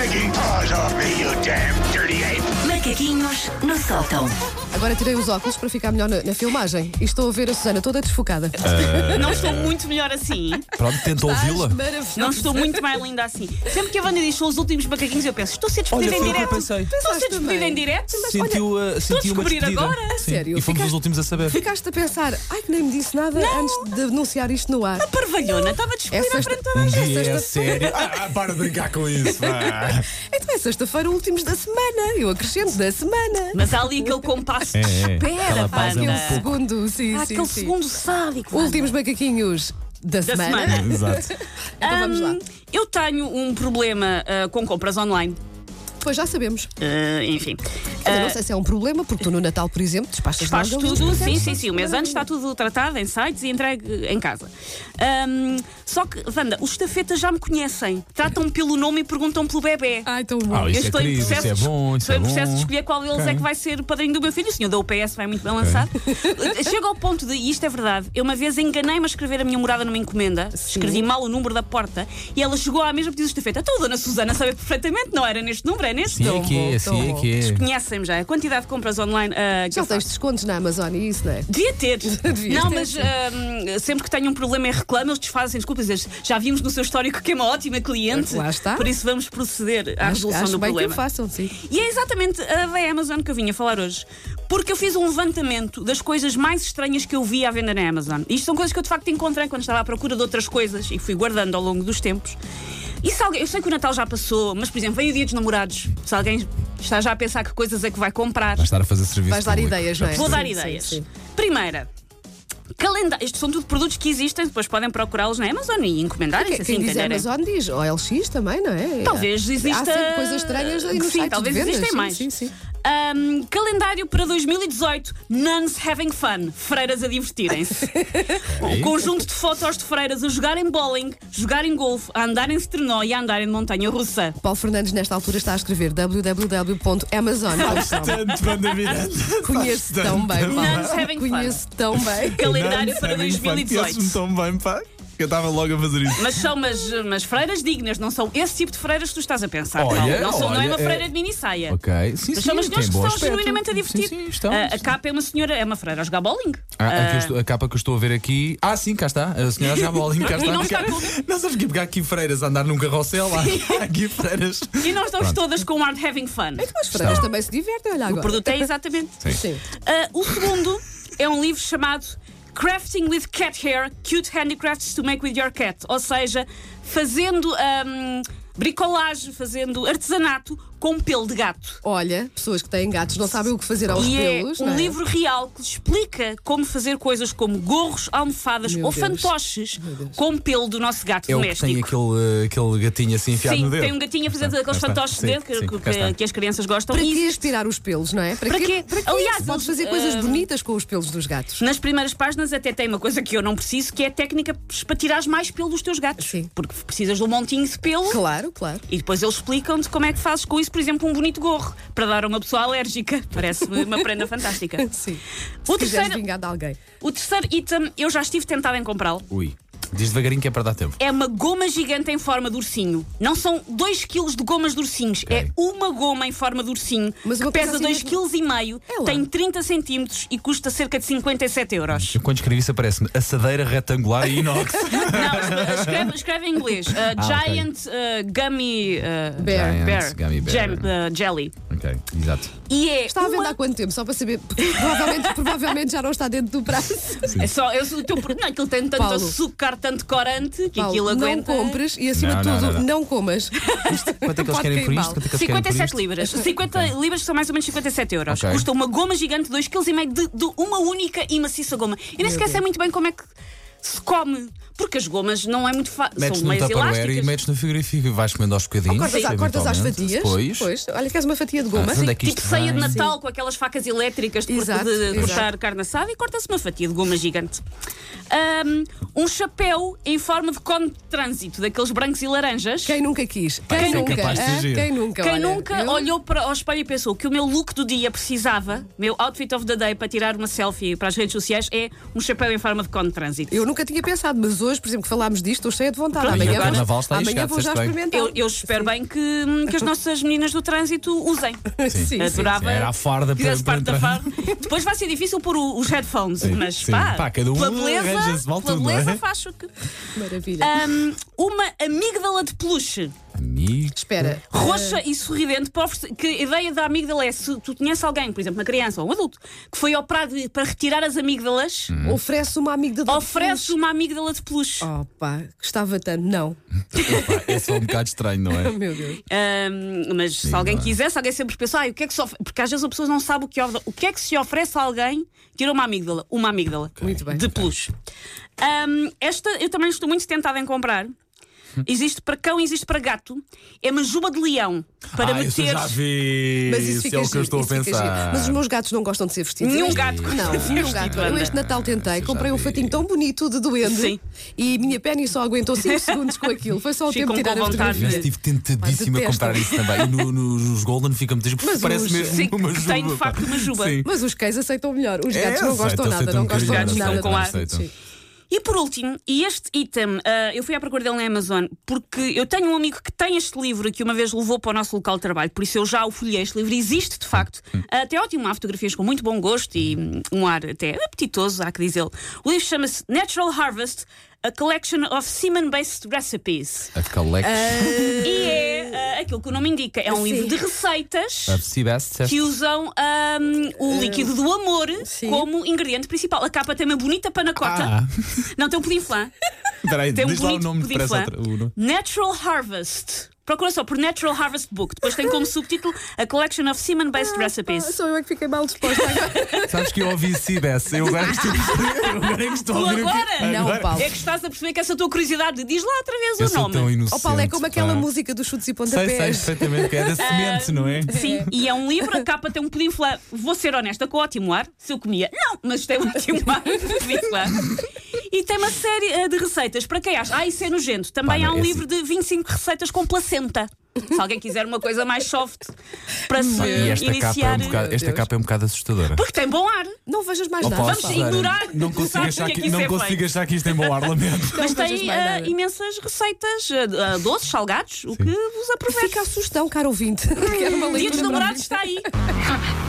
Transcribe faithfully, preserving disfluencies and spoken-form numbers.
taking paws off me, you damn dirty ape! Macaquinhos no sótão. Agora tirei os óculos para ficar melhor na, na filmagem e estou a ver a Susana toda desfocada. Não estou muito melhor assim. Pronto, tenta ouvi-la. Maravilhosa. Não estou muito mais linda assim. Sempre que a Wanda diz são os últimos macaquinhos, eu penso, estou a ser despedida Olha, em foi o que eu direto. pensei. Estou a ser Pensaste despedida também. em direto. Sentiu, uh, sentiu uma descobrir despedida. agora. Sim. Sério? E fomos Ficaste- os últimos a saber. Ficaste a pensar, ai que nem me disse nada antes de anunciar isto no ar. A parvalhona estava despedida Essa à esta- frente de toda a Um gente. dia é sexta-feira. sério. Ah, ah, para de brincar com isso. vá. Então é sexta-feira, últimos da semana. Eu acrescento da semana. Mas há ali aquele compasso de É, é. espera, Aquela pausa é um Wanda. Aquele segundo, sim, Há sim, aquele sim. segundo sádico. Wanda. Últimos macaquinhos da, Da semana. Exato. Então vamos lá. Hum, Eu tenho um problema ah, com compras online. Pois já sabemos. Ah, enfim. Eu Ah, não sei se é um problema, porque tu no Natal, por exemplo, despachas Faz logo ali os tudo, sim, pacotes. sim, sim. O mês antes está tudo tratado em sites e entregue em casa. Ahm, só que, Wanda, os estafetas já me conhecem. Tratam-me pelo nome e perguntam pelo bebê. Ai, tão bom. Ah, Eu isso é estou em querido, processo, isso é bom, isso estou é em processo bom. de escolher qual deles Ok. é que vai ser o padrinho do meu filho. O senhor da U P S vai muito bem lançado. Chega ao ponto de, e isto é verdade, eu uma vez enganei-me a escrever a minha morada numa encomenda, escrevi mal o número da porta e ela chegou à mesma pedido de estafeta. Então a dona Susana sabe perfeitamente, não era neste número, é neste. Sim, é Tão que é, bom, sim, tão é bom. que é. Conhecem-me já a quantidade de compras online ah, que Já eu tens faço. descontos na Amazon e isso, não é? Devia ter. Devias não, ter, mas sim. ahm, sempre que tenho um problema e reclamo, eles desfazem desculpas. Dizem, já vimos no seu histórico que é uma ótima cliente. Lá está. Por isso vamos proceder à Acho, resolução acho do bem problema. que o façam, sim. E é exatamente a da Amazon que eu vinha falar hoje. Porque eu fiz um levantamento das coisas mais estranhas que eu vi à venda na Amazon. Isto são coisas que eu de facto encontrei quando estava à procura de outras coisas e fui guardando ao longo dos tempos. E se alguém, eu sei que o Natal já passou, mas por exemplo, veio o Dia dos Namorados. Se alguém está já a pensar que coisas é que vai comprar, Vais estar a fazer serviço Vais dar público. ideias, não é? vou Sim, dar sim, ideias. sim. Primeira, calendário. Estes são tudo produtos que existem, depois podem procurá-los na Amazon e encomendarem, se Quem, assim quem diz entenderem. Amazon diz, ou L X também, não é? Talvez Há- exista. Há sempre coisas estranhas aí no Sim, site talvez de vendas. existem Sim, mais. Sim, sim. Um, calendário para dois mil e dezoito, Nuns Having Fun, freiras a divertirem-se. Um conjunto de fotos de freiras a jogarem bowling, jogarem golfe, a andarem de trenó e a andarem de montanha russa. Paulo Fernandes, nesta altura, está a escrever w w w ponto amazon ponto com. Tanto, Wanda Miranda. Conheço tão bem, Nuns Paulo. Having Fun. Conheço tão bem. Calendário para dois mil e dezoito. Conheces-me tão bem, pá. Eu estava logo a fazer isso. Mas são umas, umas freiras dignas, não são esse tipo de freiras que tu estás a pensar, Olha, Paulo. Não, são, não é olha, uma freira é- de mini saia. Ok, sim, Mas sim. são umas senhoras tem que bom estão aspecto. genuinamente a divertir. Sim, sim, estão. a, a capa é uma senhora, é uma freira a jogar bowling. Ah, a, que eu Ah, estou- a capa que eu estou a ver aqui. Ah, sim, cá está. A senhora já bolinho, cá está. E não Porque- está tudo. Não sabes que há aqui freiras a andar num carrossel lá. Há aqui freiras. E nós estamos todas com art having fun. As freiras também se divertem, olha O agora. produto é exatamente. Sim. Ah, o segundo é um livro chamado Crafting with Cat Hair, Cute Handicrafts to Make with Your Cat. Ou seja, fazendo ahm, bricolagem, fazendo artesanato com pelo de gato. Olha, pessoas que têm gatos não sabem o que fazer aos E é pelos, um não é? livro real que explica como fazer coisas como gorros, almofadas Meu ou Deus. fantoches Meu Deus. com pelo do nosso gato É o que doméstico. tem aquele, aquele gatinho assim enfiado Sim, no dedo. tem um gatinho a fazer Cá aqueles está. fantoches de Sim, dedo que, sim, que- cá está. que as crianças gostam. Para E que existe- aspirar os pelos, não é? Para quê? Para quê? Aliás, Podes eles, fazer coisas ah, bonitas com os pelos dos gatos. Nas primeiras páginas até tem uma coisa que eu não preciso, que é a técnica para tirares mais pelo dos teus gatos. Sim. Porque precisas de um montinho de pelo Claro, claro. e depois eles explicam-te como é que fazes com isso, por exemplo, um bonito gorro para dar a uma pessoa alérgica. Parece-me uma prenda fantástica. Sim. O Se quiseres terceiro, vingar de alguém. o terceiro item, eu já estive tentada em comprá-lo. Ui. Diz devagarinho que é para dar tempo. É uma goma gigante em forma de ursinho. Não são dois quilos de gomas de ursinhos. Ok. É uma goma em forma de ursinho Mas que uma coisa pesa assim dois mesmo- vírgula cinco quilos, Ela. tem trinta centímetros e custa cerca de cinquenta e sete euros. Eu, quando escrevi isso aparece-me assadeira retangular e inox. Não, escreve, escreve em inglês. Uh, Ah, ok. Giant uh, Gummy uh, Bear. Giant Bear. Gummy Bear. Jam- uh, Jelly. Ok, exato. E é Está à venda uma... há quanto tempo? Só para saber. Porque provavelmente, provavelmente já não está dentro do prazo. É só, eu sou o teu produto. Não, aquilo tem tanto Paulo. açúcar, tanto corante, que Paulo, aquilo não aguenta. compres e, acima Não, de não, tudo, não, não, não. comas. Quanto é que eles Pode querem cair por mal. isto? Quanto é que eles querem cinquenta e por sete isto? libras. cinquenta libras são mais ou menos cinquenta e sete euros. Ok. Custa uma goma gigante, dois vírgula cinco quilos de, de uma única e maciça goma. Eu nem sequer sei muito bem como é que se come. Porque as gomas não é muito fácil. Metes São no meias Tupperware elásticas. e metes no frigorífico e vais comendo aos bocadinhos. Cortas, a- cortas às eventualmente. fatias. Depois. Olha, queres uma fatia de goma? Ah, onde é que Tipo isto ceia de vem? Natal com aquelas facas elétricas de, Exato, de, de exato. cortar carne assada e corta-se uma fatia de goma gigante. Um, um chapéu em forma de cone de trânsito, daqueles brancos e laranjas. Quem nunca quis? Vai Quem ser nunca? capaz de Hã? agir. Quem nunca? Quem Olha, nunca eu- olhou para ao espelho e pensou que o meu look do dia precisava, meu outfit of the day para tirar uma selfie para as redes sociais é um chapéu em forma de cone de trânsito. Eu nunca tinha pensado, mas hoje hoje, por exemplo, que falámos disto, estou cheia de vontade. Pronto, Amanhã, e agora? vou, Carnaval está aí amanhã chegado, vou já disseste bem. experimentar. Eu, eu espero bem que, que as nossas meninas do trânsito usem. Sim, sim. Adorava. Era a farda para, Fizesse para parte da entrar. farda. Depois vai ser difícil pôr o- os headphones, Sim, mas sim. pá, Pá, cada um pela beleza, arranja-se, vale pela tudo, não é? beleza faz o que. Maravilha. Ahm, uma amígdala de peluche, Amigo. Espera. roxa e sorridente, para oferecer- que a ideia da amígdala é se tu conheces alguém, por exemplo, uma criança ou um adulto, que foi operado para retirar as amígdalas, Uh, oferece uma amiga de oferece uma amígdala de peluche. Oh pá, gostava tanto. Não. Pá, é só um bocado estranho, não é? Meu Deus. Ahm, mas se alguém não é? quisesse, alguém sempre pensa, ah, o que é que se of-" porque às vezes a pessoa não sabe o que, of- o que é que se oferece a alguém tira uma amígdala. Uma amígdala Muito bem. de peluche. Ahm, esta eu também estou muito tentada em comprar. Existe para cão, existe para gato. É uma juba de leão para ah, isso eu meter. já vi. Mas isso Isso fica é o que eu giro, estou a isso fica pensar. giro. Mas os meus gatos não gostam de ser vestidos. Nenhum Eu este- gato gosta Não, de ser nenhum vestido, gato. Ana. Eu este Natal tentei, Isso eu já comprei um vi. fatinho tão bonito de duende. Sim. E minha Penny só aguentou cinco segundos com aquilo. Foi só o Ficam tempo de tirar com a vontade fotografia. Eu estive tentadíssimo a Pá, comprar detesto. isso também. E no, no- nos Golden fica muito Mas parece os- mesmo Sim, uma que juba. tem de facto uma juba. Sim. Mas os cães aceitam melhor. Os É, gatos não aceitam, gostam nada. aceitam Não um gostam bocadinho, de nada. aceitam com ar. aceitam. Sim. E por último, e este item, ah, eu fui à procura dele na Amazon porque eu tenho um amigo que tem este livro que uma vez levou para o nosso local de trabalho, por isso eu já o folhei. Este livro existe de facto, Ah, até ótimo, há fotografias com muito bom gosto e hum, um ar até apetitoso, há que dizê-lo. O livro chama-se Natural Harvest, A Collection of Semen-Based Recipes. A collection E é ah, aquilo que o nome indica, é um Sim. livro de receitas of Seabass. que usam ahm, o líquido do amor sim. como ingrediente principal. A capa tem uma bonita panacota. Ah. Não, tem um pudim flan. Espera aí, Tem um diz lá o bonito nome pudim para essa flan. outra. o nome. Natural Harvest. Procura só por Natural Harvest Book. Depois tem como subtítulo A Collection of Semen-Based Ah, Recipes. sou eu é que fiquei mal disposta agora. Sabes que eu ouvi Seabass. Eu agora é que estou a perceber. Eu agora é que estou a Tu ouvir o que- agora? Não, Paulo. É que estás a perceber que essa tua curiosidade diz lá outra vez Eu o sou nome. tão inocente. Ó Paulo, é como aquela pá. música dos chutes e Sei, sei pontapés. perfeitamente que é da semente, não é? Sim, e é um livro, a capa tem um pudim flan. Vou ser honesta, com ótimo ar. Se eu comia, não, mas tem um ótimo ar de pudim flan. E tem uma série eh, de receitas. Para quem acha, ah, isso é nojento. Também Pá, há não, um é livro de vinte e cinco receitas com placenta. Se alguém quiser uma coisa mais soft para se E esta, capa é, iniciar. um bocado, esta Deus. capa é um bocado assustadora. Porque tem bom ar. Não vejas mais Opa, nada. Vamos Susana, ignorar. Não consigo Sabes achar porque é que, que isso não é consigo feito. achar que isto tem bom ar, lamento. Mas Não vejas tem mais eh, nada. imensas receitas, eh, doces, salgados, o que vos aproveita. Fica a sugestão, caro ouvinte. Quero uma Dia dos leitura para namorados ouvir. está aí.